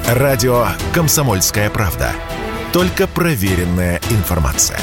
Радио «Комсомольская правда». Только проверенная информация.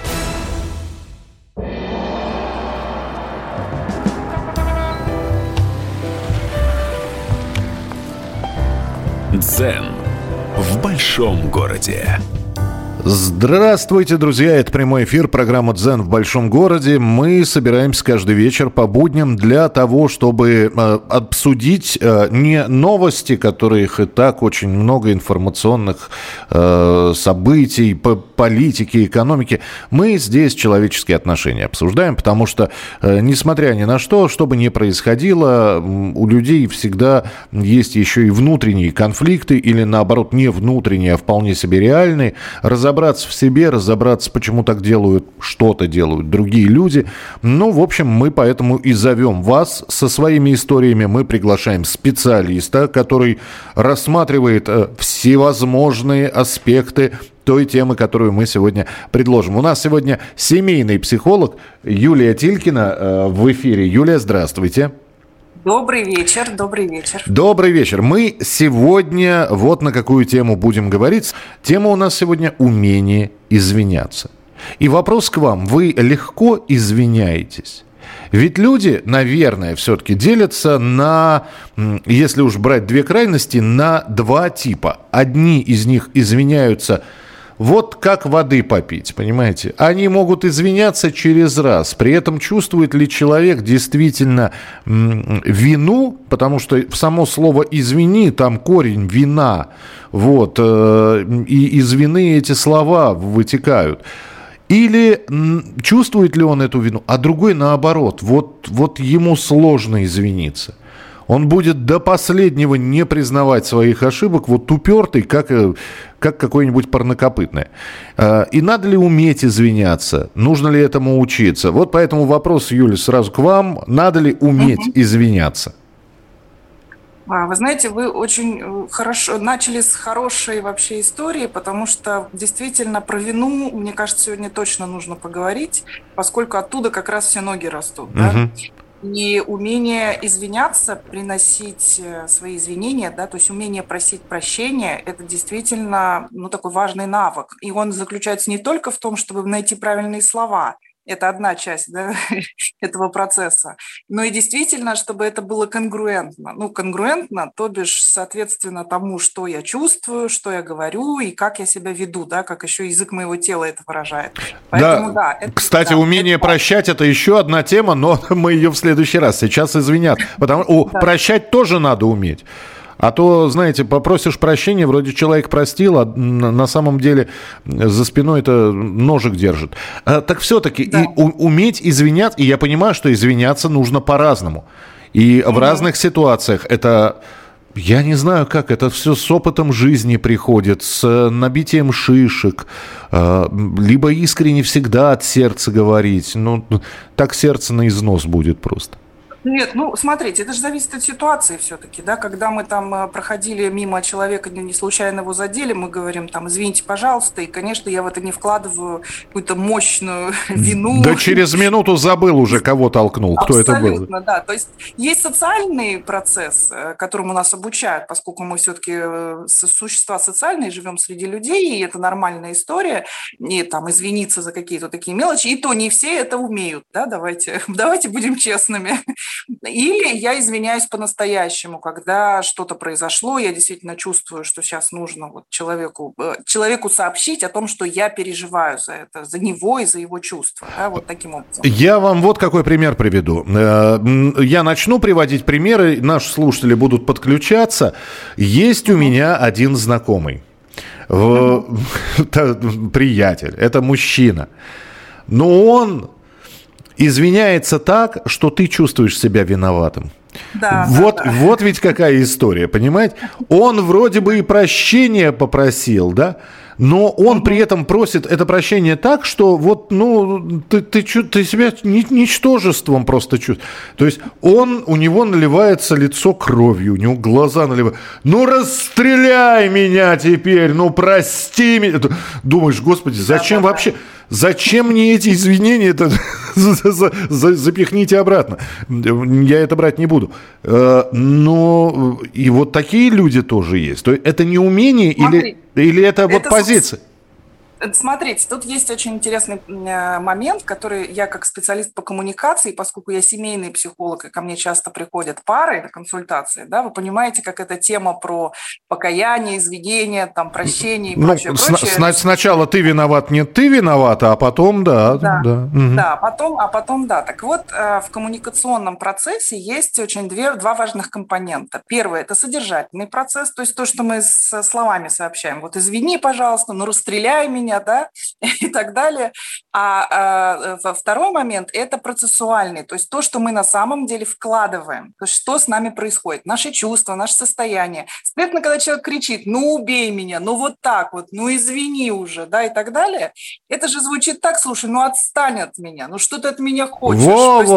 Дзен в большом городе. Здравствуйте, друзья! Это прямой эфир, программа «Дзен в большом городе». Мы собираемся каждый вечер по будням для того, чтобы обсудить не новости, которых и так очень много, информационных событий, политики, экономики. Мы здесь человеческие отношения обсуждаем, потому что, несмотря ни на что, что бы ни происходило, у людей всегда есть еще и внутренние конфликты или, наоборот, не внутренние, а вполне себе реальные. Разобраться в себе, разобраться, почему так делают, что-то делают другие люди. Ну, в общем, мы поэтому и зовем вас со своими историями. Мы приглашаем специалиста, который рассматривает всевозможные аспекты той темы, которую мы сегодня предложим. У нас сегодня семейный психолог Юлия Тилькина в эфире. Юлия, здравствуйте. Добрый вечер, добрый вечер. Добрый вечер. Мы сегодня вот на какую тему будем говорить. Тема у нас сегодня «Умение извиняться». И вопрос к вам. Вы легко извиняетесь? Ведь люди, наверное, все-таки делятся на, если уж брать две крайности, на два типа. Одни из них извиняются вот как воды попить, понимаете? Они могут извиняться через раз. При этом чувствует ли человек действительно вину? Потому что в само слово «извини» там корень «вина». Вот. И из вины эти слова вытекают. Или чувствует ли он эту вину? А другой наоборот. Вот ему сложно извиниться. Он будет до последнего не признавать своих ошибок, вот упертый, как какое-нибудь парнокопытное. И надо ли уметь извиняться? Нужно ли этому учиться? Вот поэтому вопрос, Юля, сразу к вам. Надо ли уметь извиняться? Вы знаете, вы очень хорошо начали с хорошей вообще истории, потому что действительно про вину, мне кажется, сегодня точно нужно поговорить, поскольку оттуда как раз все ноги растут. Да? И умение извиняться, приносить свои извинения, да, то есть умение просить прощения, это действительно такой важный навык. И он заключается не только в том, чтобы найти правильные слова, это одна часть, да, этого процесса, но и действительно, чтобы это было конгруентно. Конгруентно, то бишь, соответственно, тому, что я чувствую, что я говорю и как я себя веду, да, как еще язык моего тела это выражает. Поэтому, кстати, умение прощать – это еще одна тема, но мы ее в следующий раз. Сейчас извинят. Потому что прощать тоже надо уметь. А то, знаете, попросишь прощения, вроде человек простил, а на самом деле за спиной это ножик держит. Так все-таки и уметь извиняться, и я понимаю, что извиняться нужно по-разному. И в разных ситуациях это, я не знаю как, это все с опытом жизни приходит, с набитием шишек, либо искренне всегда от сердца говорить. Так сердце на износ будет просто. Нет, смотрите, это же зависит от ситуации все-таки, да, когда мы там проходили мимо человека, не случайно его задели, мы говорим там, извините, пожалуйста, и, конечно, я в это не вкладываю какую-то мощную вину. Да через минуту забыл уже, кого толкнул, кто это был. Абсолютно, да, то есть есть социальный процесс, которому нас обучают, поскольку мы все-таки существа социальные, живем среди людей, и это нормальная история, и там извиниться за какие-то такие мелочи, и то не все это умеют, да, давайте будем честными. Или я извиняюсь по-настоящему, когда что-то произошло, я действительно чувствую, что сейчас нужно человеку сообщить о том, что я переживаю за это, за него и за его чувства. Да, вот таким образом. Я вам вот какой пример приведу. Я начну приводить примеры, наши слушатели будут подключаться. Есть у меня один знакомый, приятель, это мужчина, но он извиняется так, что ты чувствуешь себя виноватым. Да, вот ведь какая история, понимаете? Он вроде бы и прощения попросил, да? Но он при этом просит это прощение так, что ты себя ничтожеством просто чувствуешь. То есть у него наливается лицо кровью, у него глаза наливаются. Расстреляй меня теперь, прости меня. Думаешь, господи, зачем вообще... Зачем мне эти извинения-то? Запихните обратно. Я это брать не буду. Но и вот такие люди тоже есть. То есть это не умение или это вот позиция? Смотрите, тут есть очень интересный момент, который я как специалист по коммуникации, поскольку я семейный психолог, и ко мне часто приходят пары на консультации, да, вы понимаете, как эта тема про покаяние, извинения, там, прощение и прочее. Сначала ты виноват, нет, ты виновата, а потом да. Потом да. Так вот, в коммуникационном процессе есть очень два важных компонента. Первый – это содержательный процесс, то есть то, что мы со словами сообщаем. Вот извини, пожалуйста, ну расстреляй меня, да, и так далее. А второй момент – это процессуальный, то есть то, что мы на самом деле вкладываем, то есть что с нами происходит, наши чувства, наше состояние. Соответственно, когда человек кричит, ну убей меня, ну вот так вот, ну извини уже, да, и так далее, это же звучит так, слушай, ну отстань от меня, ну что ты от меня хочешь?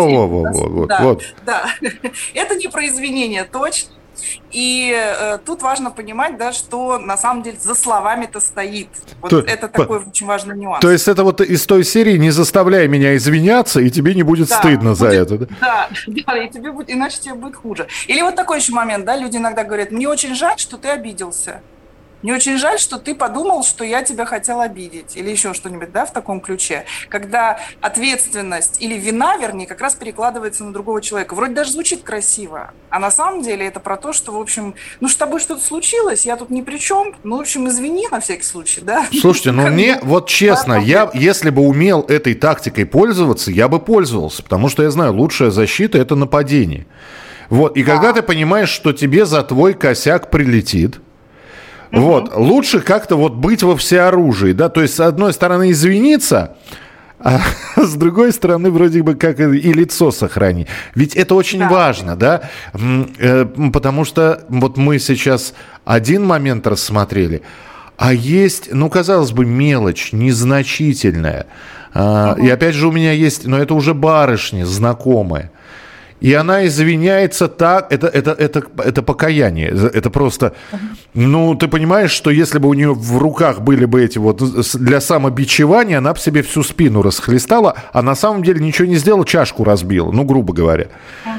Да. Это не про извинения, точно. И тут важно понимать, да, что на самом деле за словами-то стоит. Вот это такой очень важный нюанс. То есть это вот из той серии «Не заставляй меня извиняться, и тебе не будет стыдно за это». Да, и тебе будет, иначе тебе будет хуже. Или вот такой еще момент, да, люди иногда говорят, мне очень жаль, что ты обиделся. Мне очень жаль, что ты подумал, что я тебя хотел обидеть. Или еще что-нибудь, да, в таком ключе. Когда ответственность или вина, вернее, как раз перекладывается на другого человека. Вроде даже звучит красиво. А на самом деле это про то, что, в общем, ну, с тобой что-то случилось, я тут ни при чем. Ну, в общем, извини на всякий случай, да. Слушайте, ну мне, вот честно, я, если бы умел этой тактикой пользоваться, я бы пользовался. Потому что я знаю, лучшая защита – это нападение. Вот, и когда ты понимаешь, что тебе за твой косяк прилетит, вот, лучше как-то вот быть во всеоружии, да, то есть с одной стороны извиниться, а с другой стороны вроде бы как и лицо сохранить. Ведь это очень важно, да, потому что вот мы сейчас один момент рассмотрели, а есть, ну, казалось бы, мелочь, незначительная. И опять же у меня есть, но это уже барышня знакомая. И она извиняется так, это покаяние, это просто, ну, ты понимаешь, что если бы у нее в руках были бы эти вот для самобичевания, она бы себе всю спину расхлестала, а на самом деле ничего не сделала, чашку разбила, ну, грубо говоря.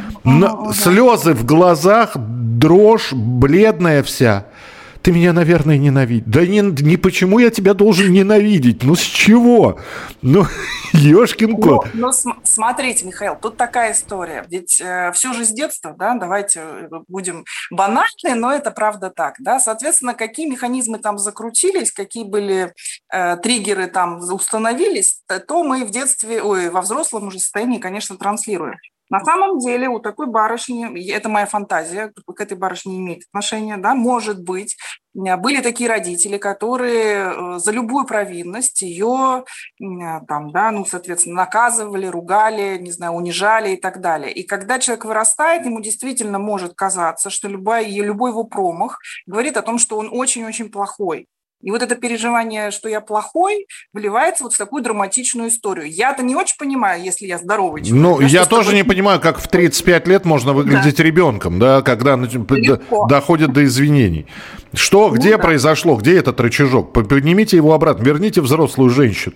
Слезы в глазах, дрожь, бледная вся. Ты меня, наверное, ненавидишь. Да не почему я тебя должен ненавидеть? Ну, с чего? Ну, ёшкин кот. Ну, смотрите, Михаил, тут такая история. Ведь все же с детства, да, давайте будем банальны, но это правда так, да. Соответственно, какие механизмы там закрутились, какие были триггеры там установились, то мы в детстве, во взрослом уже состоянии, конечно, транслируем. На самом деле у такой барышни, это моя фантазия, к этой барышне имеет отношение, да, может быть, были такие родители, которые за любую провинность ее, там, да, ну, соответственно, наказывали, ругали, не знаю, унижали и так далее. И когда человек вырастает, ему действительно может казаться, что любой его промах говорит о том, что он очень-очень плохой. И вот это переживание, что я плохой, вливается вот в такую драматичную историю. Я-то не очень понимаю, если я здоровый человек. Ну, я тоже не понимаю, как в 35 лет можно выглядеть ребенком, да, когда доходит до извинений. Что, где произошло, где этот рычажок? Поднимите его обратно, верните взрослую женщину.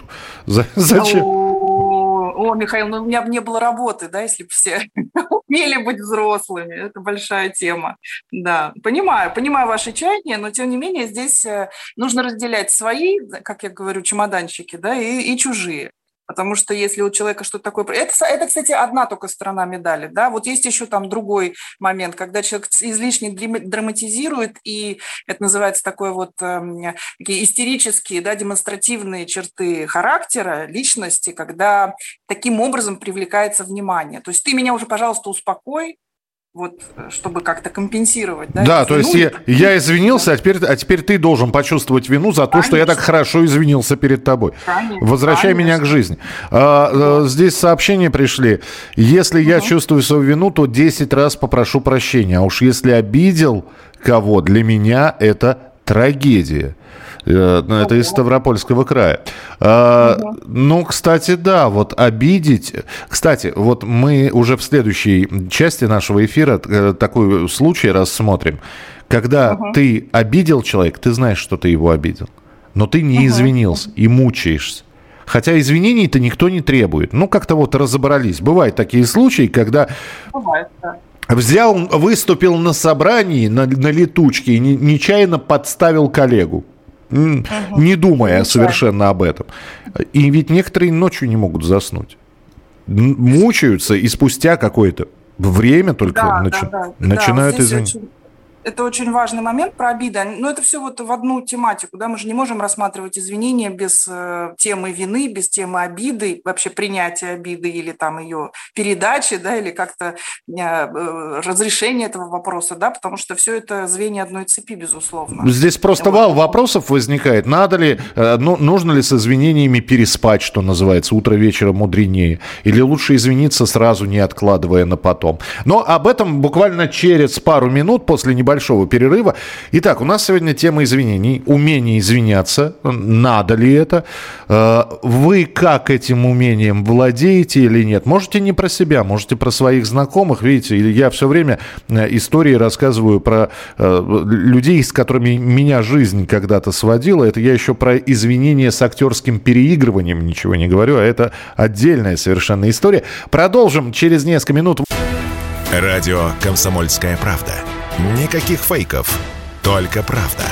Зачем? О, Михаил, ну у меня бы не было работы, да, если бы все умели быть взрослыми. Это большая тема. Да, понимаю ваши чаяния, но тем не менее здесь нужно разделять свои, как я говорю, чемоданчики, да, и чужие. Потому что если у человека что-то такое... Это, кстати, одна только сторона медали. Да? Вот есть еще там другой момент, когда человек излишне драматизирует, и это называется такое вот такие истерические, да, демонстративные черты характера, личности, когда таким образом привлекается внимание. То есть ты меня уже, пожалуйста, успокой, вот, чтобы как-то компенсировать. Да, то есть я извинился, а теперь ты должен почувствовать вину за то, что я так хорошо извинился перед тобой. Возвращай меня к жизни. Здесь сообщения пришли. Если я чувствую свою вину, то 10 раз попрошу прощения. А уж если обидел кого, для меня это трагедия. Это из Ставропольского края. Ну, кстати, да, вот обидеть... Кстати, вот мы уже в следующей части нашего эфира такой случай рассмотрим. Когда ты обидел человека, ты знаешь, что ты его обидел, но ты не извинился и мучаешься. Хотя извинений-то никто не требует. Ну, как-то вот разобрались. Бывают такие случаи, когда... Бывает, да. Выступил на собрании на летучке и нечаянно подставил коллегу. Не думая совершенно об этом. И ведь некоторые ночью не могут заснуть. Мучаются, и спустя какое-то время только начинают извинить. Это очень важный момент про обиды. Но это все вот в одну тематику. Да? Мы же не можем рассматривать извинения без темы вины, без темы обиды, вообще принятия обиды или там ее передачи, да, или как-то разрешения этого вопроса, да, потому что все это звенья одной цепи, безусловно. Здесь просто вал вопросов возникает. Надо ли, нужно ли с извинениями переспать, что называется, утро вечера мудренее, или лучше извиниться сразу, не откладывая на потом. Но об этом буквально через пару минут после небольшого перерыва. Итак, у нас сегодня тема извинений. Умение извиняться. Надо ли это? Вы как этим умением владеете или нет? Можете не про себя, можете про своих знакомых. Видите, я все время истории рассказываю про людей, с которыми меня жизнь когда-то сводила. Это я еще про извинения с актерским переигрыванием ничего не говорю, а это отдельная совершенно история. Продолжим через несколько минут. Радио «Комсомольская правда». Никаких фейков, только правда.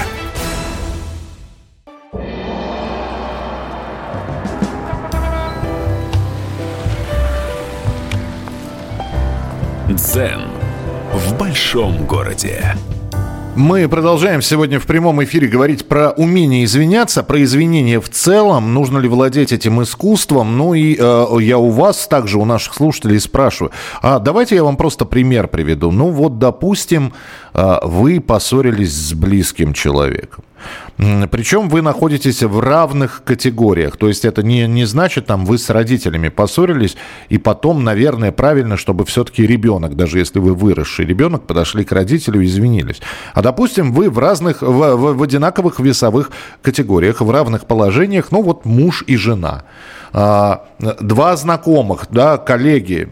Дзен в большом городе. Мы продолжаем сегодня в прямом эфире говорить про умение извиняться, про извинения в целом. Нужно ли владеть этим искусством? Ну и я у вас, также у наших слушателей спрашиваю. Давайте я вам просто пример приведу. Ну вот, допустим, вы поссорились с близким человеком. Причем вы находитесь в равных категориях. То есть это не значит, там, вы с родителями поссорились, и потом, наверное, правильно, чтобы все-таки ребенок, даже если вы выросший ребенок, подошли к родителю и извинились. А, допустим, вы в одинаковых весовых категориях, в равных положениях, ну вот муж и жена. Два знакомых, да, коллеги,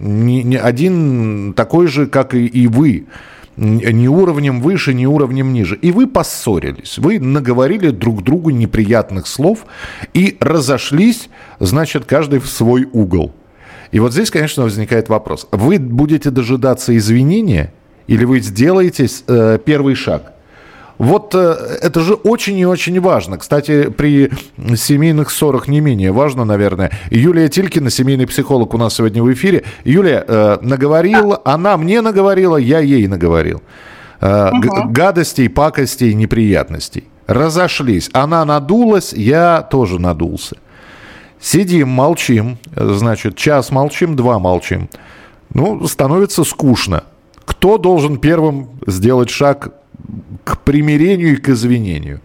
один такой же, как и вы. Ни уровнем выше, ни уровнем ниже. И вы поссорились. Вы наговорили друг другу неприятных слов и разошлись, значит, каждый в свой угол. И вот здесь, конечно, возникает вопрос. Вы будете дожидаться извинения или вы сделаете первый шаг? Вот это же очень и очень важно. Кстати, при семейных ссорах не менее важно, наверное. Юлия Тилькина, семейный психолог, у нас сегодня в эфире. Юлия наговорила, она мне наговорила, я ей наговорил. Гадостей, пакостей, неприятностей. Разошлись. Она надулась, я тоже надулся. Сидим, молчим. Значит, час молчим, 2 молчим. Ну, становится скучно. Кто должен первым сделать шаг к примирению и к извинению?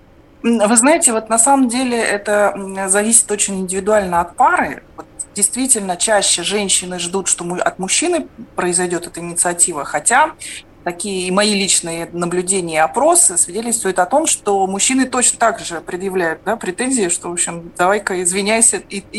Вы знаете, вот на самом деле это зависит очень индивидуально от пары. Вот действительно, чаще женщины ждут, что от мужчины произойдет эта инициатива, хотя такие и мои личные наблюдения и опросы свидетельствуют о том, что мужчины точно так же предъявляют, да, претензии, что, в общем, давай-ка извиняйся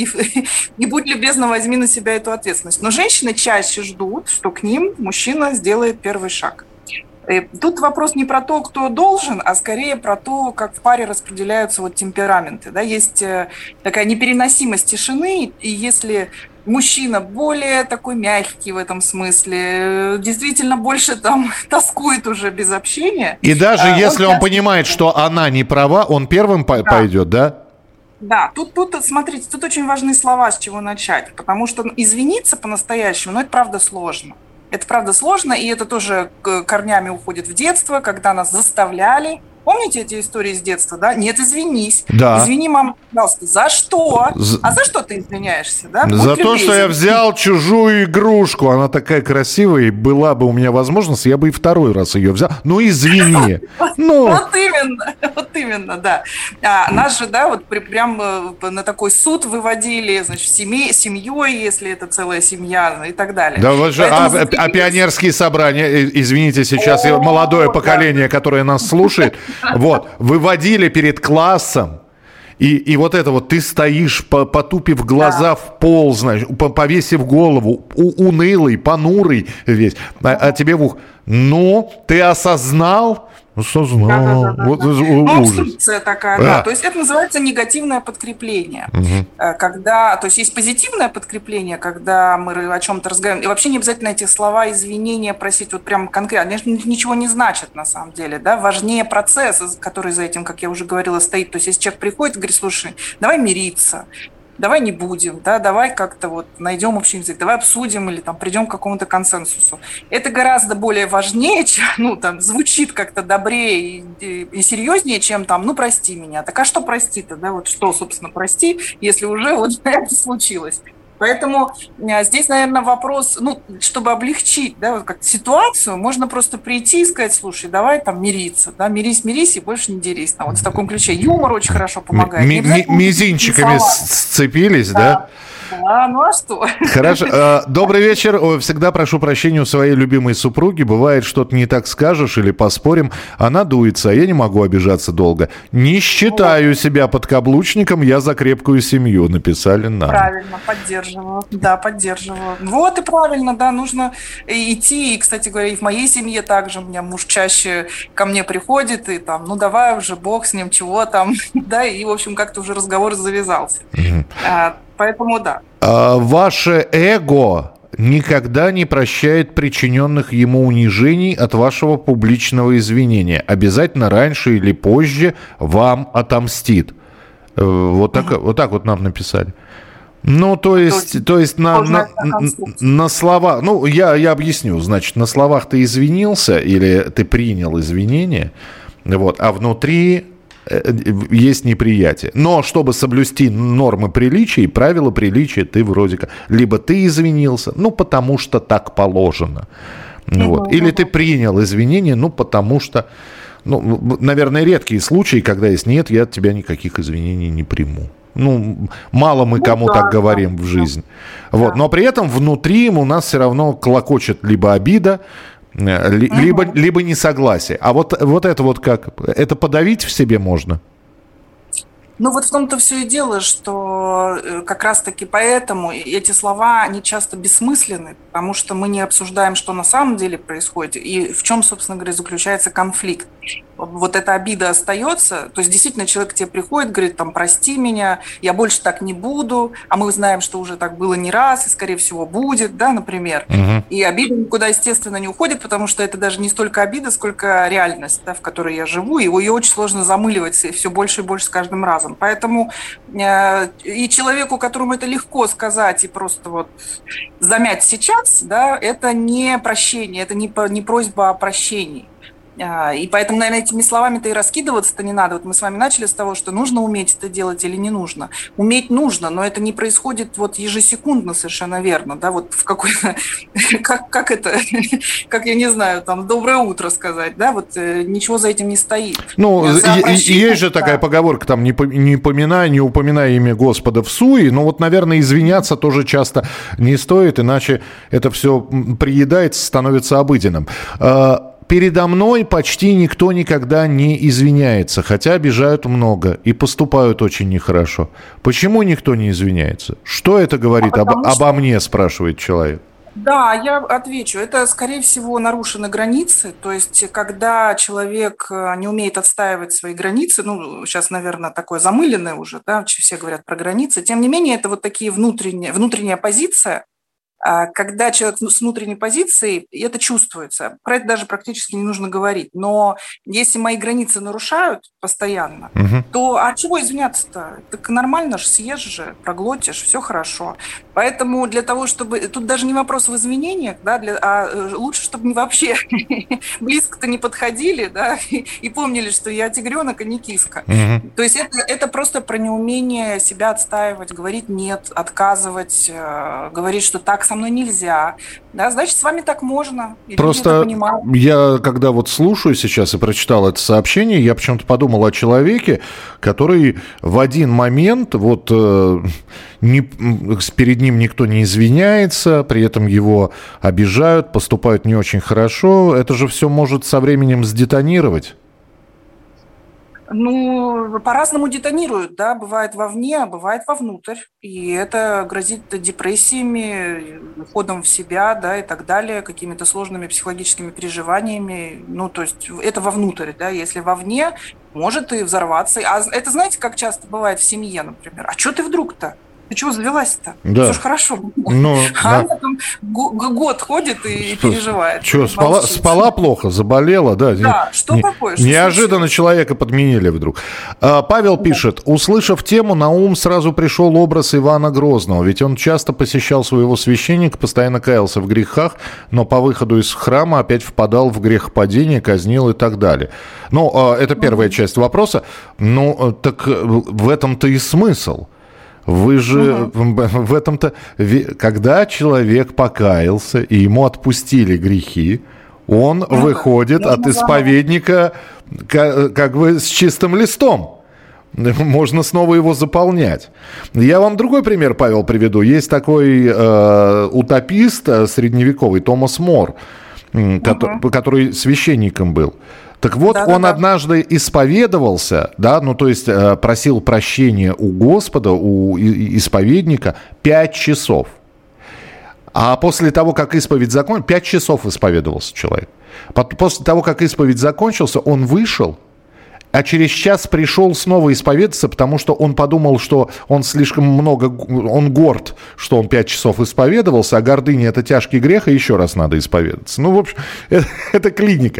и будь любезна, возьми на себя эту ответственность. Но женщины чаще ждут, что к ним мужчина сделает первый шаг. Тут вопрос не про то, кто должен, а скорее про то, как в паре распределяются вот темпераменты. Да? Есть такая непереносимость тишины, и если мужчина более такой мягкий в этом смысле, действительно больше там тоскует уже без общения. И даже если он понимает, что она не права, он первым пойдет, да? Да, тут, смотрите, тут очень важны слова, с чего начать, потому что извиниться по-настоящему, ну, это правда сложно. Это правда сложно, и это тоже корнями уходит в детство, когда нас заставляли. Помните эти истории с детства, да? Нет, извинись. Да. Извини, мама, пожалуйста. За что? А за что ты извиняешься, да? За то, что я взял чужую игрушку. Она такая красивая, и была бы у меня возможность, я бы и второй раз ее взял. Ну, извини. Вот именно, да. Нас же, да, вот прям на такой суд выводили, значит, семьей, если это целая семья и так далее. Да, вот же, а пионерские собрания, извините, сейчас молодое поколение, которое нас слушает, вот, выводили перед классом, и вот это вот, ты стоишь, потупив глаза в пол, знаешь, повесив голову, унылый, понурый весь, а тебе в ухо, ну, ты осознал, Осознал. Вот ужас. Обструкция такая, да. То есть это называется негативное подкрепление. Когда, то есть есть позитивное подкрепление, когда мы о чем-то разговариваем. И вообще не обязательно эти слова, извинения просить вот прям конкретно. Они ничего не значат на самом деле. Да? Важнее процесс, который за этим, как я уже говорила, стоит. То есть если человек приходит и говорит, слушай, давай мириться, давай не будем, да, давай как-то вот найдем общий язык, давай обсудим или там придем к какому-то консенсусу. Это гораздо более важнее, чем, ну, там, звучит как-то добрее и серьезнее, чем там, ну, прости меня. Так а что прости-то, да, вот что, собственно, прости, если уже вот это случилось. Поэтому здесь, наверное, вопрос, ну, чтобы облегчить, да, вот как ситуацию, можно просто прийти и сказать, слушай, давай там мириться, да, мирись и больше не дерись. Там, вот в таком ключе юмор очень хорошо помогает. Мизинчиками сцепились, да? Да, ну а что? Хорошо. Добрый вечер. Всегда прошу прощения у своей любимой супруги. Бывает, что-то не так скажешь или поспорим. Она дуется, а я не могу обижаться долго. Не считаю себя подкаблучником, я за крепкую семью, написали нам. Правильно, поддерживаю. Да, поддерживаю. Вот и правильно, да, нужно идти. И, кстати говоря, и в моей семье также. У меня муж чаще ко мне приходит и там, ну давай уже, бог с ним, чего там. Да, и, в общем, как-то уже разговор завязался. Поэтому да. Ваше эго никогда не прощает причиненных ему унижений от вашего публичного извинения. Обязательно раньше или позже вам отомстит. Вот так вот нам написали. Ну, то есть на словах... Ну, я объясню. Значит, на словах ты извинился или ты принял извинения, вот, а внутри... есть неприятие. Но чтобы соблюсти нормы приличия и правила приличия, ты вроде как... Либо ты извинился, ну, потому что так положено. Вот. Или ты принял извинения, ну, потому что... Ну, наверное, редкие случаи, когда есть нет, я от тебя никаких извинений не приму. Ну, мало мы кому так говорим в жизни. Вот. Но при этом внутри у нас все равно клокочет либо обида, либо несогласие. А вот это вот как? Это подавить в себе можно? Ну вот в том-то все и дело, что как раз-таки поэтому эти слова, они часто бессмысленны, потому что мы не обсуждаем, что на самом деле происходит, и в чем, собственно говоря, заключается конфликт. Вот эта обида остается, то есть действительно человек к тебе приходит, говорит, там, прости меня, я больше так не буду, а мы знаем, что уже так было не раз, и, скорее всего, будет, да, например. И обида никуда, естественно, не уходит, потому что это даже не столько обида, сколько реальность, да, в которой я живу, и ее очень сложно замыливать все больше и больше с каждым разом. Поэтому и человеку, которому это легко сказать и просто вот замять сейчас, да, это не прощение, это не просьба о прощении. И поэтому, наверное, этими словами-то и раскидываться-то не надо. Вот мы с вами начали с того, что нужно уметь это делать или не нужно. Уметь нужно, но это не происходит вот ежесекундно, совершенно верно. Да, вот в какой-то... Как это? Как, я не знаю, там, доброе утро сказать, да, вот ничего за этим не стоит. Ну, есть же такая поговорка, там, не упоминай имя Господа в суе, но вот, наверное, извиняться тоже часто не стоит, иначе это все приедается, становится обыденным. Передо мной почти никто никогда не извиняется, хотя обижают много и поступают очень нехорошо. Почему никто не извиняется? Что это говорит обо мне, спрашивает человек. Да, я отвечу. Это, скорее всего, нарушены границы. То есть, когда человек не умеет отстаивать свои границы, ну, сейчас, наверное, такое замыленное уже, да, все говорят про границы. Тем не менее, это вот такие внутренняя позиция. Когда человек с внутренней позицией, это чувствуется. Про это даже практически не нужно говорить. Но если мои границы нарушают постоянно, то чего извиняться-то? Так нормально же, съешь же, проглотишь, все хорошо. Поэтому для того, чтобы... Тут даже не вопрос в извинениях, да, а лучше, чтобы вообще близко-то не подходили, да, и помнили, что я тигренок, а не киска. То есть это просто про неумение себя отстаивать, говорить нет, отказывать, говорить, что так со мной нельзя. Да, значит, с вами так можно. И просто я, когда вот слушаю сейчас и прочитал это сообщение, я почему-то подумал о человеке, который в один момент вот перед ним никто не извиняется, при этом его обижают, поступают не очень хорошо. Это же все может со временем сдетонировать. Ну, по-разному детонируют, да, бывает вовне, а бывает вовнутрь, и это грозит депрессиями, уходом в себя, да, и так далее, какими-то сложными психологическими переживаниями, ну, то есть это вовнутрь, да, если вовне, может и взорваться. А это знаете, как часто бывает в семье, например, а что ты вдруг-то? Ты чего завелась-то? Да. Все же хорошо было. Ну, А да. она там год ходит и переживает. Что, Молчит. спала плохо, заболела, да? Да, что такое? Что Неожиданно случилось? человека подменили вдруг. Павел пишет, услышав тему, на ум сразу пришел образ Ивана Грозного, ведь он часто посещал своего священника, постоянно каялся в грехах, но по выходу из храма опять впадал в грехопадение, казнил и так далее. Ну, это первая часть вопроса. Ну, так в этом-то и смысл. Вы же в этом-то... Когда человек покаялся и ему отпустили грехи, он выходит от исповедника как бы с чистым листом. Можно снова его заполнять. Я вам другой пример, Павел, приведу. Есть такой утопист средневековый Томас Мор, который священником был. Так вот, он однажды исповедовался, да, ну, то есть просил прощения у Господа, у исповедника 5 часов. А после того, как исповедь закончилась, 5 часов исповедовался человек. После того, как исповедь закончился, он вышел, а через час пришел снова исповедаться, потому что он подумал, что он слишком много, он горд, что он 5 часов исповедовался, а гордыня – это тяжкий грех, и еще раз надо исповедаться. Ну, в общем, это клиника.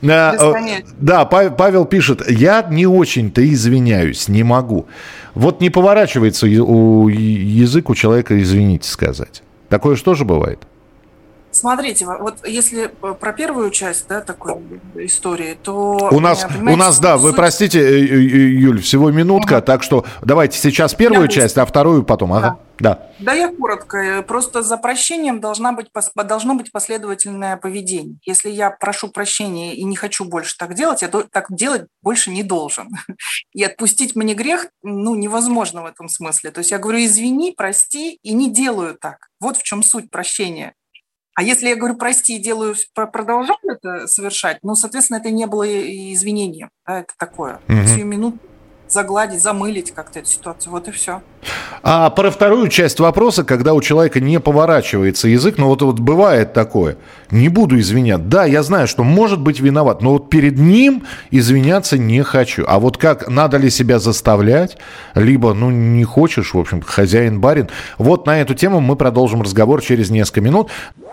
Да, Павел пишет, я не очень-то извиняюсь, не могу. Вот не поворачивается язык у человека, извините, сказать. Такое же тоже бывает? Смотрите, вот если про первую часть, да, такой истории, то... У нас, да, вы простите, Юль, всего минутка, так что давайте сейчас первую часть, а вторую потом. Ага. Да. Да, я коротко. Просто за прощением должно быть последовательное поведение. Если я прошу прощения и не хочу больше так делать, я так делать больше не должен. И отпустить мне грех, ну, невозможно в этом смысле. То есть я говорю, извини, прости, и не делаю так. Вот в чем суть прощения. А если я говорю прости и продолжаю это совершать, ну, соответственно, это не было и извинением. Да, это такое. Сию минуту загладить, замылить как-то эту ситуацию. Вот и все. А про вторую часть вопроса, когда у человека не поворачивается язык, ну вот бывает такое, не буду извиняться. Да, я знаю, что может быть виноват, но вот перед ним извиняться не хочу. А вот как, надо ли себя заставлять, либо, ну, не хочешь, в общем, хозяин-барин. Вот на эту тему мы продолжим разговор через несколько минут.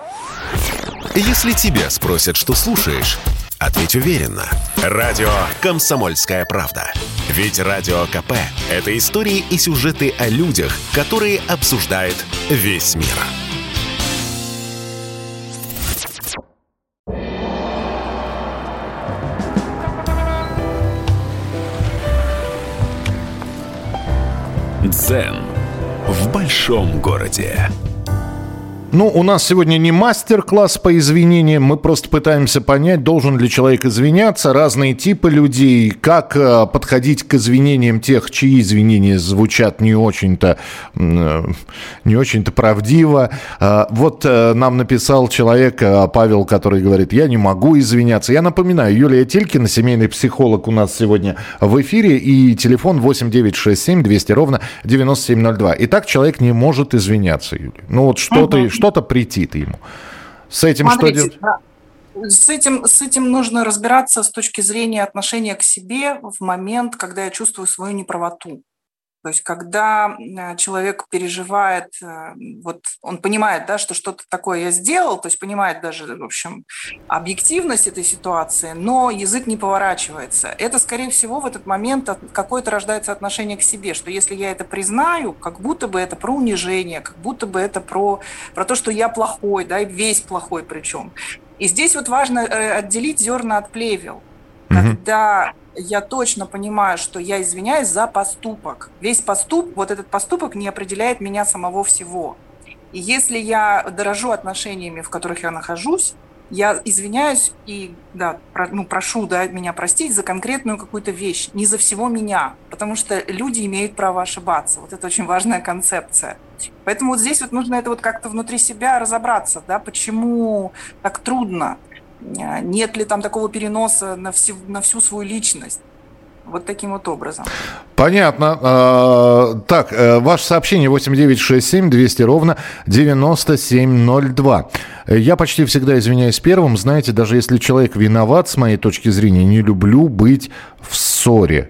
Если тебя спросят, что слушаешь, ответь уверенно. Радио «Комсомольская правда». Ведь Радио КП – это истории и сюжеты о людях, которые обсуждает весь мир. Дзен в большом городе. Ну, у нас сегодня не мастер-класс по извинениям, мы просто пытаемся понять, должен ли человек извиняться, разные типы людей, как подходить к извинениям тех, чьи извинения звучат не очень-то правдиво. Вот нам написал человек, Павел, который говорит, я не могу извиняться. Я напоминаю, Юлия Тилькина, семейный психолог, у нас сегодня в эфире, и телефон 8 9 6 7 200 ровно 9702. Итак, человек не может извиняться, Юлия. Ну вот что-то претит ему. С этим Смотрите, что делать? С этим нужно разбираться с точки зрения отношения к себе в момент, когда я чувствую свою неправоту. То есть когда человек переживает, вот он понимает, да, что что-то такое я сделал, то есть понимает даже, в общем, объективность этой ситуации, но язык не поворачивается. Это, скорее всего, в этот момент какое-то рождается отношение к себе, что если я это признаю, как будто бы это про унижение, как будто бы это про то, что я плохой, да, и весь плохой причем. И здесь вот важно отделить зерна от плевел. Когда я точно понимаю, что я извиняюсь за поступок. Весь вот этот поступок не определяет меня самого всего. И если я дорожу отношениями, в которых я нахожусь, я извиняюсь и прошу меня простить за конкретную какую-то вещь, не за всего меня, потому что люди имеют право ошибаться. Вот это очень важная концепция. Поэтому вот здесь вот нужно это вот как-то внутри себя разобраться, да, почему так трудно. Нет ли там такого переноса на всю свою личность? Вот таким вот образом. Понятно. Так, ваше сообщение 8967-200-97-02. Я почти всегда извиняюсь первым. Знаете, даже если человек виноват, с моей точки зрения, не люблю быть в ссоре.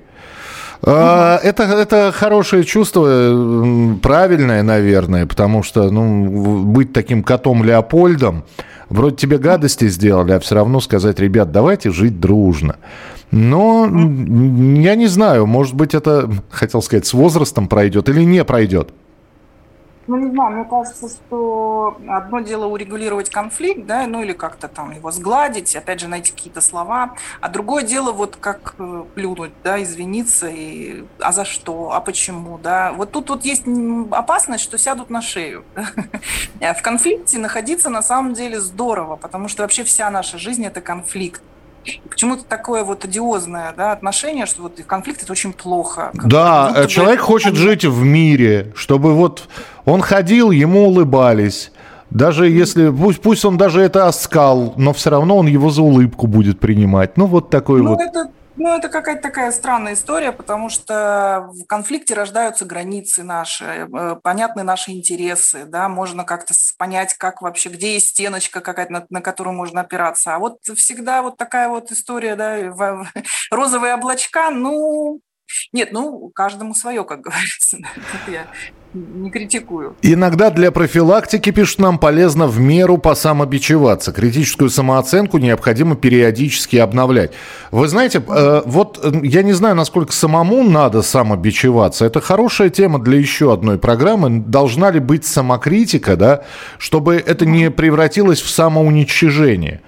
Это хорошее чувство, правильное, наверное, потому что быть таким котом Леопольдом, вроде тебе гадости сделали, а все равно сказать: ребят, давайте жить дружно. Но я не знаю, может быть, это, хотел сказать, с возрастом пройдет или не пройдет. Не знаю, мне кажется, что одно дело урегулировать конфликт, да, или как-то там его сгладить, опять же, найти какие-то слова, а другое дело вот как плюнуть, да, извиниться, а за что, а почему, да. Вот тут есть опасность, что сядут на шею. В конфликте находиться на самом деле здорово, потому что вообще вся наша жизнь – это конфликт. Почему-то такое вот одиозное, да, отношение, что вот конфликт – это очень плохо. Да, человек хочет жить в мире, чтобы вот он ходил, ему улыбались. Даже если, пусть он даже это оскал, но все равно он его за улыбку будет принимать. Вот такой вот. Это какая-то такая странная история, потому что в конфликте рождаются границы наши, понятны наши интересы, да, можно как-то понять, как вообще, где есть стеночка какая-то, на которую можно опираться. А вот всегда вот такая вот история, да, розовые облачка, нет, каждому свое, как говорится. Тут я не критикую. Иногда для профилактики, пишут нам, полезно в меру посамобичеваться. Критическую самооценку необходимо периодически обновлять. Вы знаете, вот я не знаю, насколько самому надо самобичеваться. Это хорошая тема для еще одной программы. Должна ли быть самокритика, да, чтобы это не превратилось в самоуничижение?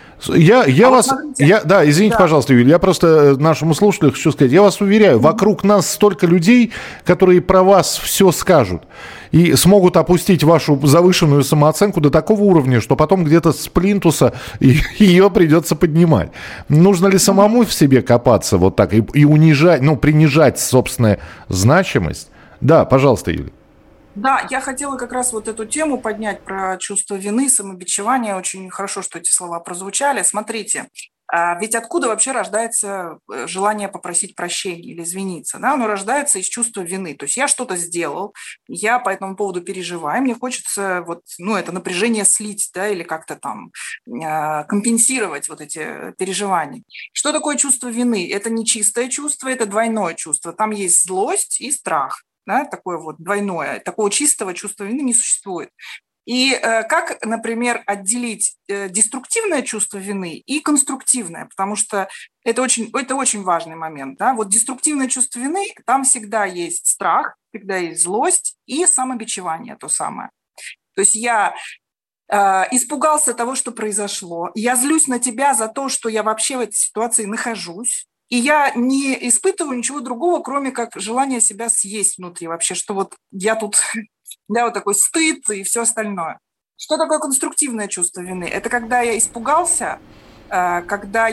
Извините, пожалуйста, Юлия, я просто нашему слушателю хочу сказать, я вас уверяю, вокруг нас столько людей, которые про вас все скажут и смогут опустить вашу завышенную самооценку до такого уровня, что потом где-то с плинтуса ее придется поднимать. Нужно ли самому в себе копаться вот так и унижать, принижать собственную значимость? Да, пожалуйста, Юлия. Да, я хотела как раз вот эту тему поднять про чувство вины, самобичевания. Очень хорошо, что эти слова прозвучали. Смотрите, ведь откуда вообще рождается желание попросить прощения или извиниться? Да? Оно рождается из чувства вины. То есть я что-то сделал, я по этому поводу переживаю, мне хочется это напряжение слить, да, или как-то там компенсировать вот эти переживания. Что такое чувство вины? Это не чистое чувство, это двойное чувство. Там есть злость и страх. Да, такое вот двойное, такого чистого чувства вины не существует. И как, например, отделить деструктивное чувство вины и конструктивное, потому что это очень важный момент. Да? Вот деструктивное чувство вины, там всегда есть страх, всегда есть злость и самобичевание то самое. То есть я испугался того, что произошло, я злюсь на тебя за то, что я вообще в этой ситуации нахожусь, и я не испытываю ничего другого, кроме как желания себя съесть внутри вообще, что вот я тут, да, вот такой стыд и все остальное. Что такое конструктивное чувство вины? Это когда я испугался, когда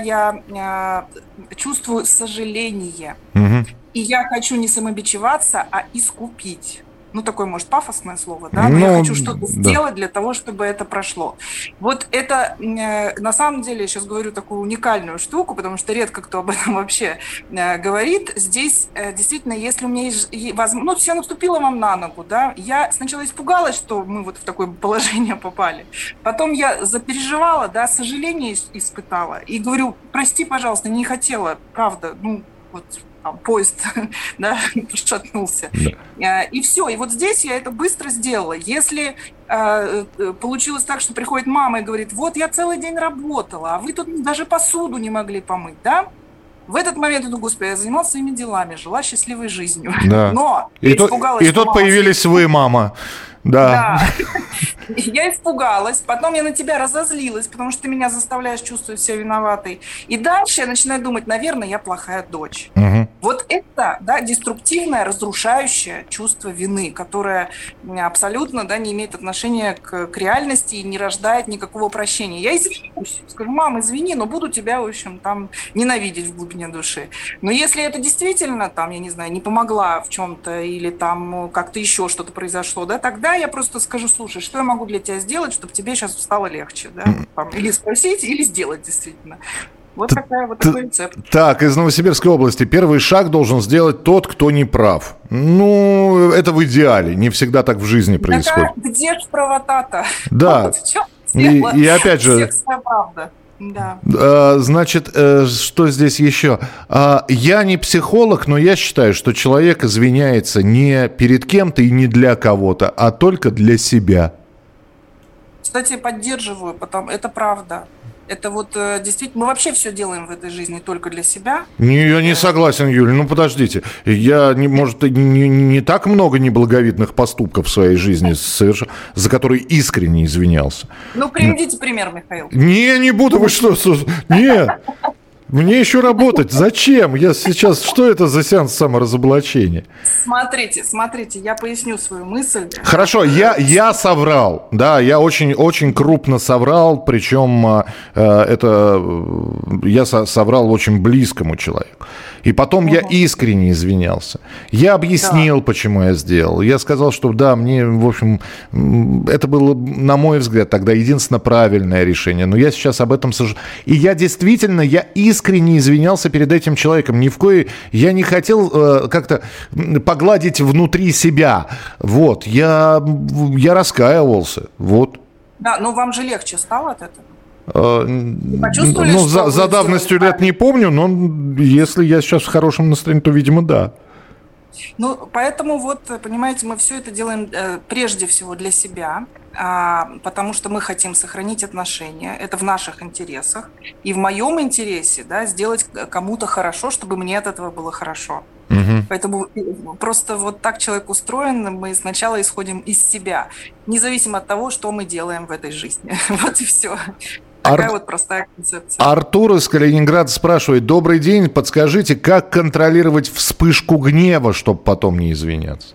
я чувствую сожаление, и я хочу не самобичеваться, а искупить. Такое, может, пафосное слово, да, но я хочу что-то сделать для того, чтобы это прошло. Вот это, на самом деле, я сейчас говорю такую уникальную штуку, потому что редко кто об этом вообще говорит. Здесь действительно, если у меня есть возможность, я наступила вам на ногу, да, я сначала испугалась, что мы вот в такое положение попали, потом я запереживала, да, сожаление испытала и говорю: прости, пожалуйста, не хотела, правда, поезд, да, пошатнулся. Да. И все. И вот здесь я это быстро сделала. Если получилось так, что приходит мама и говорит: вот я целый день работала, а вы тут даже посуду не могли помыть, да? В этот момент я думаю: господи, я занималась своими делами, жила счастливой жизнью. Да. Но и тут появились вы, мама. Да. Я испугалась, потом я на тебя разозлилась, потому что ты меня заставляешь чувствовать себя виноватой. И дальше я начинаю думать: наверное, я плохая дочь. Вот это, да, деструктивное, разрушающее чувство вины, которое абсолютно, да, не имеет отношения к реальности и не рождает никакого прощения. Я извинюсь, скажу: мам, извини, но буду тебя, в общем, там ненавидеть в глубине души. Но если это действительно, там, я не знаю, не помогла в чем-то или там как-то еще что-то произошло, да, тогда я просто скажу: слушай, что я могу для тебя сделать, чтобы тебе сейчас стало легче, да? Или спросить, или сделать действительно. Вот такой рецепт. Так, из Новосибирской области. Первый шаг должен сделать тот, кто не прав. Ну, это в идеале. Не всегда так в жизни происходит. Где же правота-то? Да. Вот в чем и опять же... Всех своя правда. Да. Значит, что здесь еще? Я не психолог, но я считаю, что человек извиняется не перед кем-то и не для кого-то, а только для себя. Кстати, поддерживаю, это правда. Это вот действительно, мы вообще все делаем в этой жизни только для себя. Я не согласен, Юля, ну подождите. Я, может, не так много неблаговидных поступков в своей жизни совершил, за которые искренне извинялся. Ну, приведите пример, Михаил. Не буду, вы что? Нет. Мне еще работать. Зачем? Я сейчас... Что это за сеанс саморазоблачения? Смотрите, я поясню свою мысль. Хорошо, я соврал. Да, я очень крупно соврал, причем я соврал очень близкому человеку. И потом я искренне извинялся. Я объяснил, почему я сделал. Я сказал, что да, мне, в общем, это было, на мой взгляд, тогда единственно правильное решение. Но я сейчас об этом сожалею. И я искренне извинялся перед этим человеком. Я не хотел как-то погладить внутри себя. Вот. Я раскаивался. Вот. Да, но вам же легче стало от этого? Почувствовали, за давностью лет не помню, но если я сейчас в хорошем настроении, то, видимо, да. Ну, поэтому вот, понимаете, мы все это делаем прежде всего для себя, потому что мы хотим сохранить отношения, это в наших интересах, и в моем интересе, да, сделать кому-то хорошо, чтобы мне от этого было хорошо. Угу. Поэтому просто вот так человек устроен, мы сначала исходим из себя, независимо от того, что мы делаем в этой жизни. Вот и все. Такая вот простая концепция. Артур из Калининграда спрашивает: добрый день, подскажите, как контролировать вспышку гнева, чтобы потом не извиняться?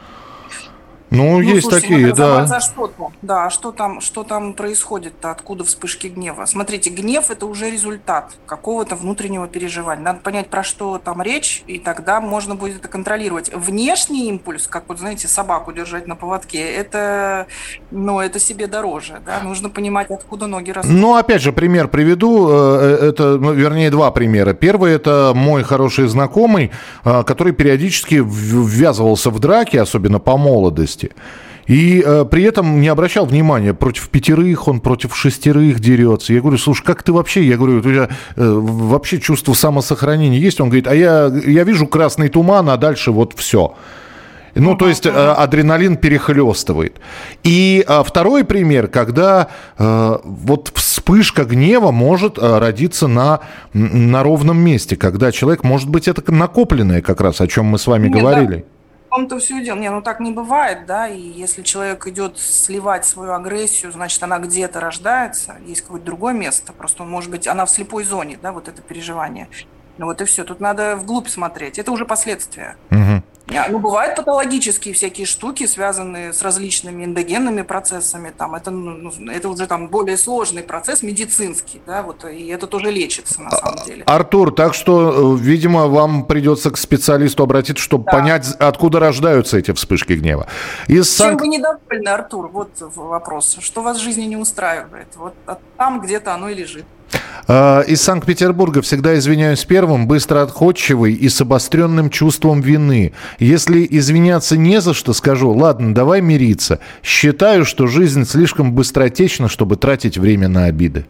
Ну, есть слушайте, такие, да. За что-то. Да, что там происходит-то, откуда вспышки гнева? Смотрите, гнев – это уже результат какого-то внутреннего переживания. Надо понять, про что там речь, и тогда можно будет это контролировать. Внешний импульс, как вот, знаете, собаку держать на поводке, это себе дороже, да? Нужно понимать, откуда ноги растут. Ну, опять же, пример приведу. Вернее, два примера. Первый – это мой хороший знакомый, который периодически ввязывался в драки, особенно по молодости. И при этом не обращал внимания, против 5, он против 6 дерется. Я говорю: слушай, как ты вообще? Я говорю: у тебя вообще чувство самосохранения есть? Он говорит: а я вижу красный туман, а дальше вот все. Ну, то есть адреналин перехлестывает. И второй пример, когда вот вспышка гнева может родиться на ровном месте, когда человек, может быть, это накопленное как раз, о чем мы с вами говорили. Да. В том-то все и дело. Так не бывает, да, и если человек идет сливать свою агрессию, значит, она где-то рождается, есть какое-то другое место, просто, может быть, она в слепой зоне, да, вот это переживание. Ну вот и все, тут надо вглубь смотреть, это уже последствия. Угу. Бывают патологические всякие штуки, связанные с различными эндогенными процессами, там, это уже там более сложный процесс медицинский, да, вот, и это тоже лечится на самом деле. Артур, так что, видимо, вам придется к специалисту обратиться, чтобы понять, откуда рождаются эти вспышки гнева. Чем вы недовольны, Артур? Вот вопрос. Что вас в жизни не устраивает? Вот там где-то оно и лежит. Из Санкт-Петербурга: всегда извиняюсь первым, быстро отходчивый и с обостренным чувством вины. Если извиняться не за что, скажу: ладно, давай мириться. Считаю, что жизнь слишком быстротечна, чтобы тратить время на обиды.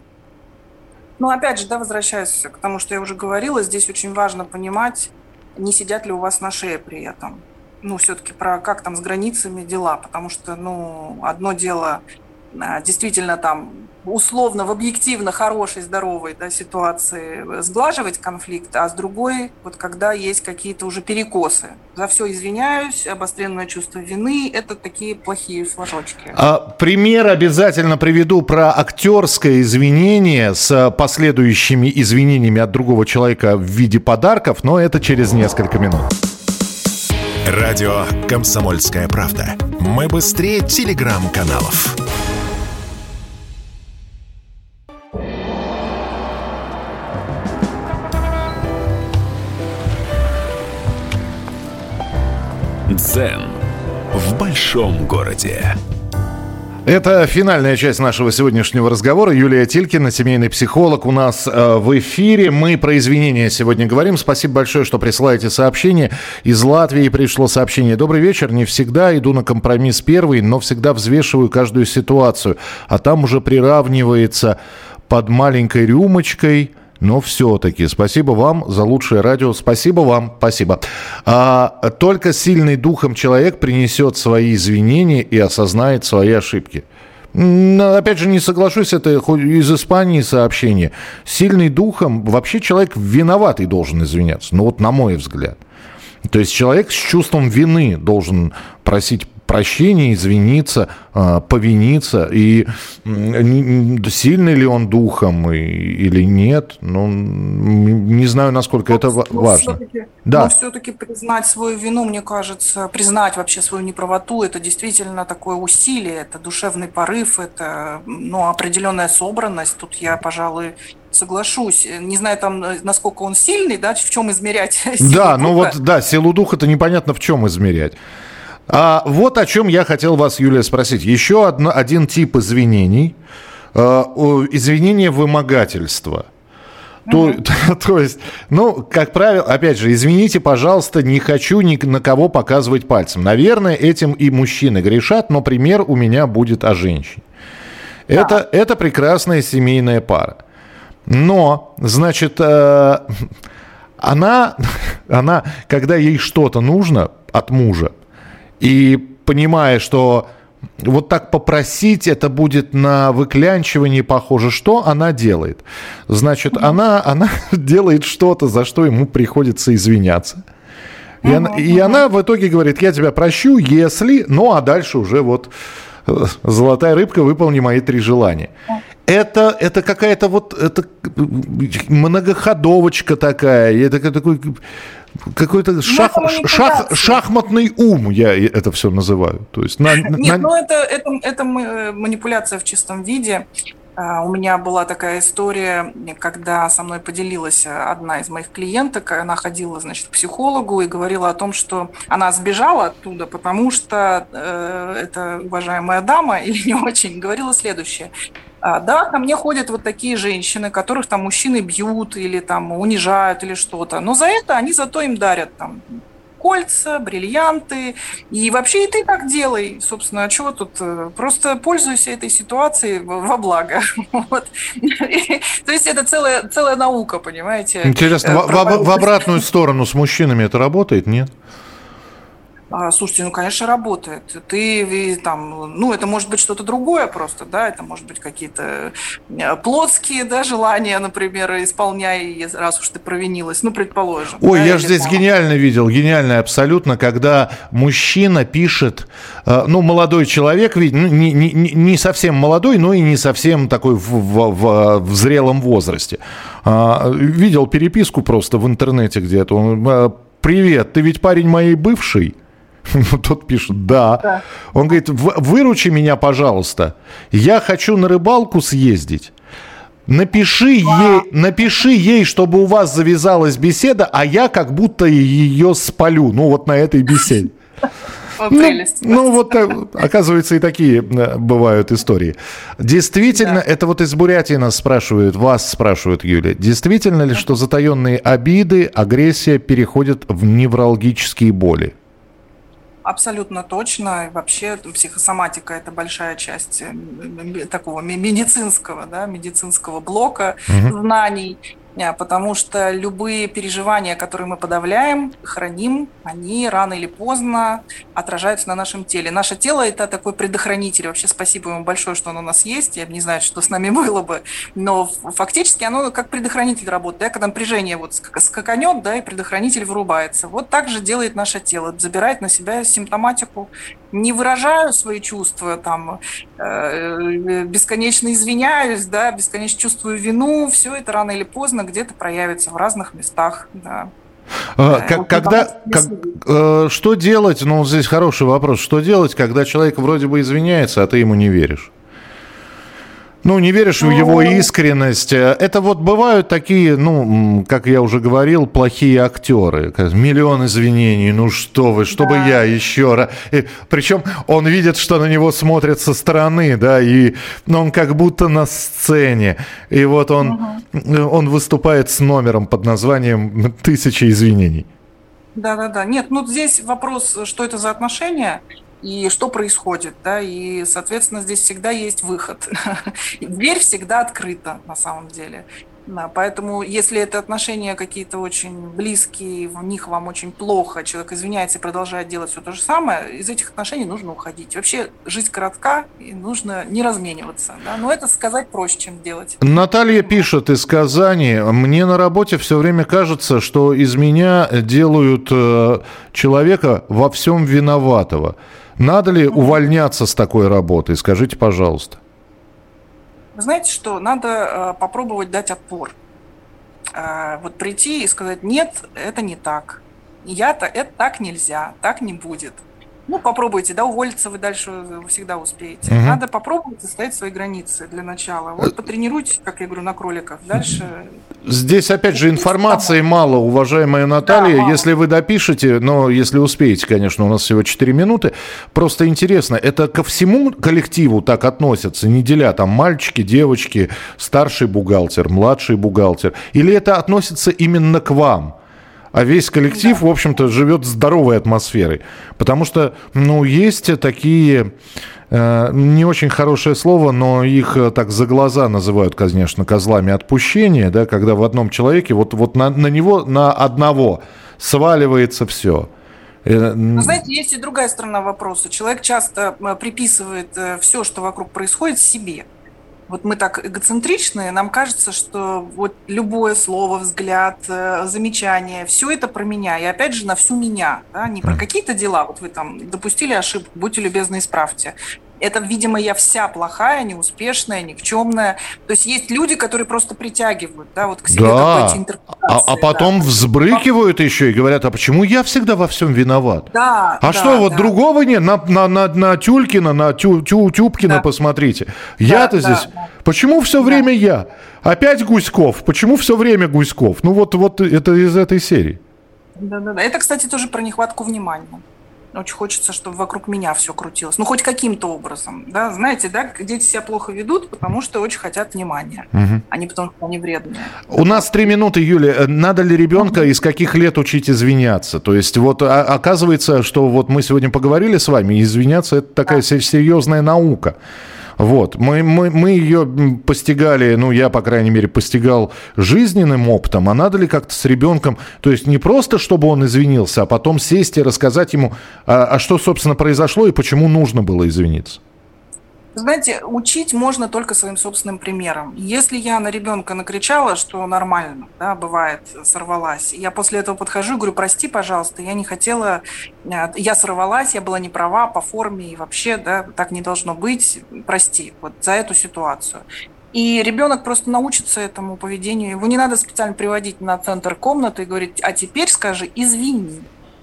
Опять же, возвращаюсь к тому, что я уже говорила, здесь очень важно понимать, не сидят ли у вас на шее при этом. Все-таки про как там с границами дела, потому что, одно дело действительно там условно в объективно хорошей, здоровой, да, ситуации сглаживать конфликт, а с другой, вот когда есть какие-то уже перекосы. За все извиняюсь, обостренное чувство вины – это такие плохие флажочки. Пример обязательно приведу про актерское извинение с последующими извинениями от другого человека в виде подарков, но это через несколько минут. Радио «Комсомольская правда». Мы быстрее телеграм-каналов. Дзен в большом городе. Это финальная часть нашего сегодняшнего разговора. Юлия Тилькина, семейный психолог, у нас в эфире. Мы про извинения сегодня говорим. Спасибо большое, что присылаете сообщения. Из Латвии пришло сообщение. Добрый вечер. Не всегда иду на компромисс первый, но всегда взвешиваю каждую ситуацию. А там уже приравнивается под маленькой рюмочкой. Но все-таки спасибо вам за лучшее радио. Спасибо вам. Спасибо. Только сильный духом человек принесет свои извинения и осознает свои ошибки. Опять же, не соглашусь, это из Испании сообщение. Сильный духом вообще человек виноватый должен извиняться. Ну вот на мой взгляд. То есть человек с чувством вины должен просить прощения, извиниться, повиниться. И сильный ли он духом или нет, ну, не знаю, насколько это важно. Но все-таки признать свою вину, мне кажется, признать вообще свою неправоту, это действительно такое усилие, это душевный порыв, это определенная собранность. Тут я, пожалуй, соглашусь. Не знаю, там, насколько он сильный, да, в чем измерять силу духа. Силу духа-то непонятно в чем измерять. Вот о чем я хотел вас, Юлия, спросить. Еще один тип извинений. Извинение вымогательства. То есть, как правило, опять же, извините, пожалуйста, не хочу ни на кого показывать пальцем. Наверное, этим и мужчины грешат, но пример у меня будет о женщине. Да. Это прекрасная семейная пара. Но, значит, она, когда ей что-то нужно от мужа, и понимая, что вот так попросить, это будет на выклянчивание похоже, что она делает? Значит, она делает что-то, за что ему приходится извиняться. И она в итоге говорит, я тебя прощу, если... а дальше уже вот золотая рыбка, выполни мои 3 желания. Это какая-то это многоходовочка такая, это такой... Какой-то шахматный ум, я это все называю. То есть это манипуляция в чистом виде. У меня была такая история, когда со мной поделилась одна из моих клиенток. Она ходила, к психологу и говорила о том, что она сбежала оттуда, потому что эта уважаемая дама, или не очень, говорила следующее. Да, ко мне ходят вот такие женщины, которых там мужчины бьют или там унижают или что-то. Но за это они зато им дарят там кольца, бриллианты. И вообще и ты так делай. Собственно, а чего тут? Просто пользуйся этой ситуацией во благо. Вот. То есть это целая наука, понимаете? Интересно, в обратную сторону с мужчинами это работает, нет? Слушайте, конечно, работает. Ты там, это может быть что-то другое просто, да, это может быть какие-то плотские, да, желания, например, исполняй, раз уж ты провинилась, предположим. Ой, да, я же здесь гениально видел, гениально абсолютно, когда мужчина пишет, молодой человек, не совсем молодой, но и не совсем такой в зрелом возрасте. Видел переписку просто в интернете где-то, привет, ты ведь парень моей бывшей? Тот пишет, да. Он говорит, выручи меня, пожалуйста. Я хочу на рыбалку съездить. Напиши ей, чтобы у вас завязалась беседа, а я как будто ее спалю. На этой беседе. Прелесть. Оказывается, и такие бывают истории. Действительно, это из Бурятии вас спрашивают, Юлия, действительно ли, что затаенные обиды, агрессия переходят в неврологические боли? Абсолютно точно. И вообще психосоматика – это большая часть такого медицинского блока знаний. Потому что любые переживания, которые мы подавляем, храним, они рано или поздно отражаются на нашем теле. Наше тело – это такой предохранитель. Вообще спасибо ему большое, что он у нас есть. Я не знаю, что с нами было бы. Но фактически оно как предохранитель работает. Да? Когда напряжение скаканет, да, и предохранитель вырубается. Вот так же делает наше тело. Забирает на себя симптоматику. Не выражаю свои чувства, бесконечно извиняюсь, да, бесконечно чувствую вину. Все это рано или поздно где-то проявится в разных местах, да. Что делать? Здесь хороший вопрос. Что делать, когда человек вроде бы извиняется, а ты ему не веришь? Ну, не веришь в его искренность. Это вот бывают такие, ну, как я уже говорил, плохие актеры. Миллион извинений, ну что вы, чтобы я еще раз... Причем он видит, что на него смотрят со стороны, да, и он как будто на сцене. И вот он выступает с номером под названием «1000 извинений». Да. Нет, ну здесь вопрос, что это за отношения и что происходит, да, и, соответственно, здесь всегда есть выход. Дверь всегда открыта, на самом деле. Да, поэтому, если это отношения какие-то очень близкие, в них вам очень плохо, человек извиняется и продолжает делать все то же самое, из этих отношений нужно уходить. Вообще, жизнь коротка, и нужно не размениваться. Да? Но это сказать проще, чем делать. Наталья пишет из Казани. Мне на работе все время кажется, что из меня делают человека во всем виноватого. Надо ли увольняться с такой работы? Скажите, пожалуйста. Вы знаете что? Надо попробовать дать отпор. Вот прийти и сказать: нет, это не так. Это так нельзя, так не будет. Ну, попробуйте, да, уволиться вы дальше всегда успеете. Надо попробовать оставить свои границы для начала. Вот потренируйтесь, как я говорю, на кроликов. Дальше... Здесь, опять же, информации мало, уважаемая Наталья. Да, если вы допишете, но если успеете, конечно, у нас всего 4 минуты. Просто интересно, это ко всему коллективу так относятся, не деля там мальчики, девочки, старший бухгалтер, младший бухгалтер? Или это относится именно к вам? А весь коллектив, в общем-то, живет здоровой атмосферой. Потому что, ну, есть такие, не очень хорошее слово, но их так за глаза называют, конечно, козлами отпущения, да, когда в одном человеке, вот на него, на одного сваливается все. Вы знаете, есть и другая сторона вопроса. Человек часто приписывает все, что вокруг происходит, себе. Вот мы так эгоцентричные, нам кажется, что вот любое слово, взгляд, замечание, все это про меня. И опять же на всю меня, да, не про какие-то дела. Вот вы там допустили ошибку, будьте любезны, исправьте. Это, видимо, я вся плохая, неуспешная, никчемная. То есть люди, которые просто притягивают, да, вот к себе какие-то интерпретации. А потом взбрыкивают еще и говорят: а почему я всегда во всем виноват? Да. Что, вот другого нет? На Тюлькина, на Тюбкина посмотрите. Я-то здесь... Почему все время я? Опять Гуськов? Почему все время Гуськов? Ну вот это из этой серии. Да. Это, кстати, тоже про нехватку внимания. Очень хочется, чтобы вокруг меня все крутилось. Ну, хоть каким-то образом. Да? Знаете, да, дети себя плохо ведут, потому что очень хотят внимания. А не потому, что они вредные. У нас 3 минуты, Юлия. Надо ли ребенка и с каких лет учить извиняться? То есть вот оказывается, что вот мы сегодня поговорили с вами, и извиняться – это такая серьезная наука. Вот. Мы ее постигали, ну, я, по крайней мере, постигал жизненным опытом, а надо ли как-то с ребенком, то есть не просто, чтобы он извинился, а потом сесть и рассказать ему, что, собственно, произошло и почему нужно было извиниться? Знаете, учить можно только своим собственным примером. Если я на ребенка накричала, что нормально, да, бывает, сорвалась, я после этого подхожу и говорю: прости, пожалуйста, я не хотела, я сорвалась, я была не права по форме и вообще, да, так не должно быть, прости вот за эту ситуацию. И ребенок просто научится этому поведению. Его не надо специально приводить на центр комнаты и говорить: а теперь скажи «извини».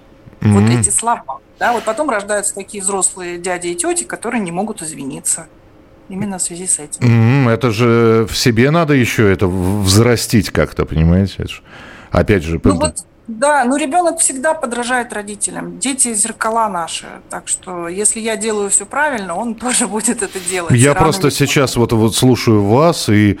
Вот эти слова. Да, вот потом рождаются такие взрослые дяди и тети, которые не могут извиниться. Именно в связи с этим. Это же в себе надо еще это взрастить как-то, понимаете? Это же, опять же... Да, но ребенок всегда подражает родителям. Дети – зеркала наши. Так что, если я делаю все правильно, он тоже будет это делать. Я просто сейчас вот слушаю вас, и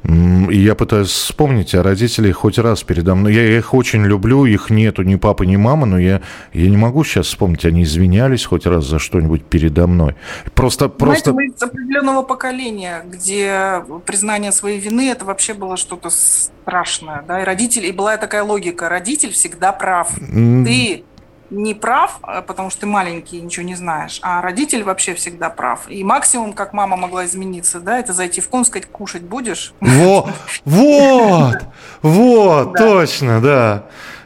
я пытаюсь вспомнить, а родители хоть раз передо мной. Я их очень люблю, их нету ни папы, ни мамы, но я не могу сейчас вспомнить, они извинялись хоть раз за что-нибудь передо мной. Знаете, мы из определенного поколения, где признание своей вины – это вообще было что-то страшное. Да? И была такая логика: родитель всегда прав. Ты не прав, потому что ты маленький и ничего не знаешь, а родитель вообще всегда прав. И максимум, как мама могла измениться, да, это зайти в комнату, сказать: кушать будешь? Вот, точно, да.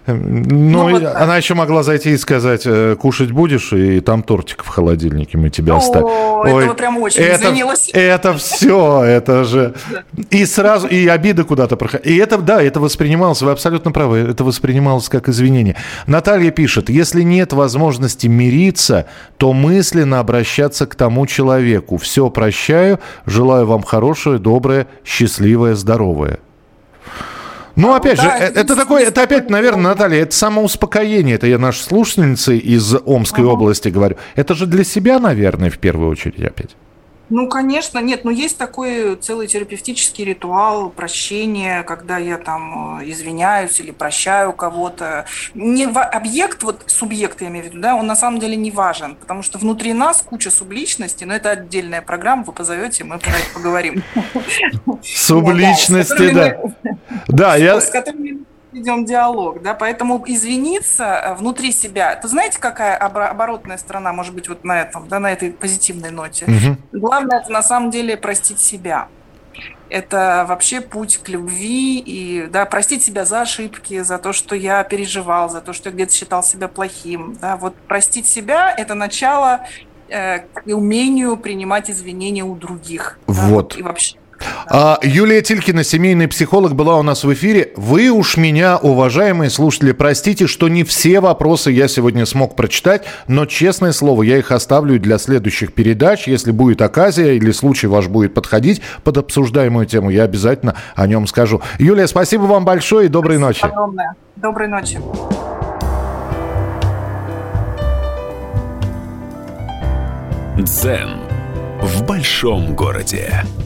Ну она еще могла зайти и сказать: кушать будешь, и там тортик в холодильнике, мы тебя оставим. Ой, это прям очень извинилась. Это все, это же... И сразу, и обида куда-то проходит. И это, да, это воспринималось, вы абсолютно правы, это воспринималось как извинение. Наталья пишет: если нет возможности мириться, то мысленно обращаться к тому человеку. Все прощаю, желаю вам хорошее, доброе, счастливое, здоровое. Ну, опять же, это такое, это опять, наверное, Наталья, это самоуспокоение. Это я нашей слушательнице из Омской области говорю. Это же для себя, наверное, в первую очередь опять. Ну, конечно, нет, но есть такой целый терапевтический ритуал прощения, когда я там извиняюсь или прощаю кого-то. Не объект, вот субъект, я имею в виду, да, он на самом деле не важен, потому что внутри нас куча субличностей, но это отдельная программа, вы позовете, мы про это поговорим. Субличности, да. Да, я... С которыми ведем диалог, да, поэтому извиниться внутри себя. То знаете, какая оборотная сторона может быть вот на этом, да, на этой позитивной ноте? Главное, это на самом деле простить себя. Это вообще путь к любви и, да, простить себя за ошибки, за то, что я переживал, за то, что я где-то считал себя плохим, да, вот простить себя – это начало к умению принимать извинения у других. Вот. Да, и вообще. Юлия Тилькина, семейный психолог, была у нас в эфире. Вы уж меня, уважаемые слушатели, простите, что не все вопросы я сегодня смог прочитать, но, честное слово, я их оставлю для следующих передач. Если будет оказия или случай ваш будет подходить под обсуждаемую тему, я обязательно о нем скажу. Юлия, спасибо вам большое и доброй ночи. Спасибо огромное. Доброй ночи. Дзен в большом городе.